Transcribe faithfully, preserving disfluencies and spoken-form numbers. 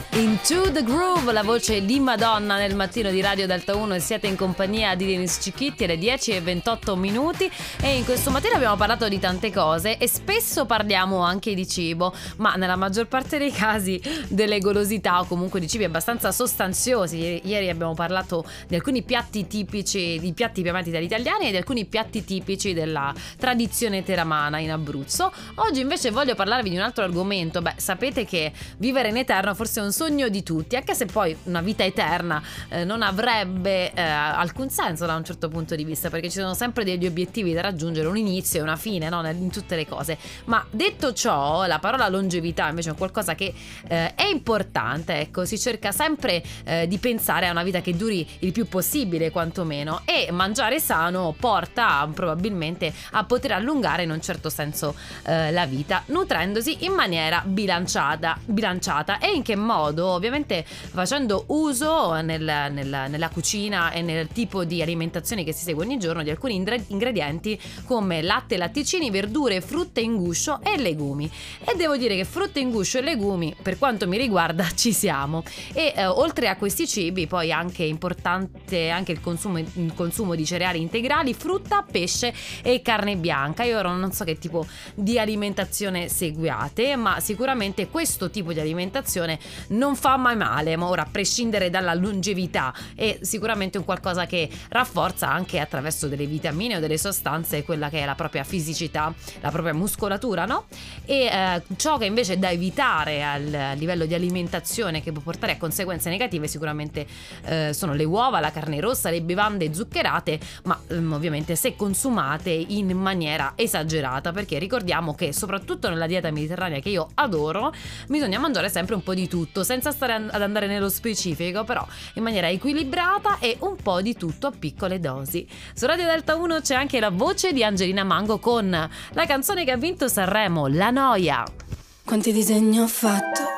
Into the Groove, la voce di Madonna nel mattino di Radio Delta uno, e siete in compagnia di Dennis Cicchitti alle dieci e ventotto minuti, e in questo mattino abbiamo parlato di tante cose e spesso parliamo anche di cibo, ma nella maggior parte dei casi delle golosità o comunque di cibi abbastanza sostanziosi. Ieri abbiamo parlato di alcuni piatti tipici, di piatti chiamati dagli italiani, e di alcuni piatti tipici della tradizione teramana in Abruzzo. Oggi invece voglio parlarvi di un altro argomento. Beh, sapete che vivere in eterno forse è un sogno di tutti, anche se poi una vita eterna eh, non avrebbe eh, alcun senso da un certo punto di vista, perché ci sono sempre degli obiettivi da raggiungere, un inizio e una fine, no? In tutte le cose. Ma detto ciò, la parola longevità invece è qualcosa che eh, è importante, ecco, si cerca sempre eh, di pensare a una vita che duri il più possibile, quantomeno, e mangiare sano porta probabilmente a poter allungare in un certo senso eh, la vita, nutrendosi in maniera bilanciata, bilanciata. E in che modo? Ovviamente facendo uso nel, nel, nella cucina e nel tipo di alimentazione che si segue ogni giorno di alcuni ingredienti come latte, latticini, verdure, frutte in guscio e legumi. E devo dire che frutte in guscio e legumi, per quanto mi riguarda, ci siamo. E eh, oltre a questi cibi poi anche importante anche il consumo, il consumo di cereali integrali, frutta, pesce e carne bianca. Io ora non so che tipo di alimentazione seguiate, ma sicuramente questo tipo di alimentazione non fa mai male, ma ora, a prescindere dalla longevità, è sicuramente un qualcosa che rafforza anche attraverso delle vitamine o delle sostanze quella che è la propria fisicità, la propria muscolatura, no? E eh, ciò che invece è da evitare al livello di alimentazione, che può portare a conseguenze negative, sicuramente eh, sono le uova, la carne rossa, le bevande zuccherate, ma ehm, ovviamente se consumate in maniera esagerata, perché ricordiamo che soprattutto nella dieta mediterranea, che io adoro, bisogna mangiare sempre un po' di tutto, senza stare ad andare nello specifico, però in maniera equilibrata e un po' di tutto a piccole dosi. Su Radio Delta uno c'è anche la voce di Angelina Mango con la canzone che ha vinto Sanremo, La Noia. Quanti disegni ho fatto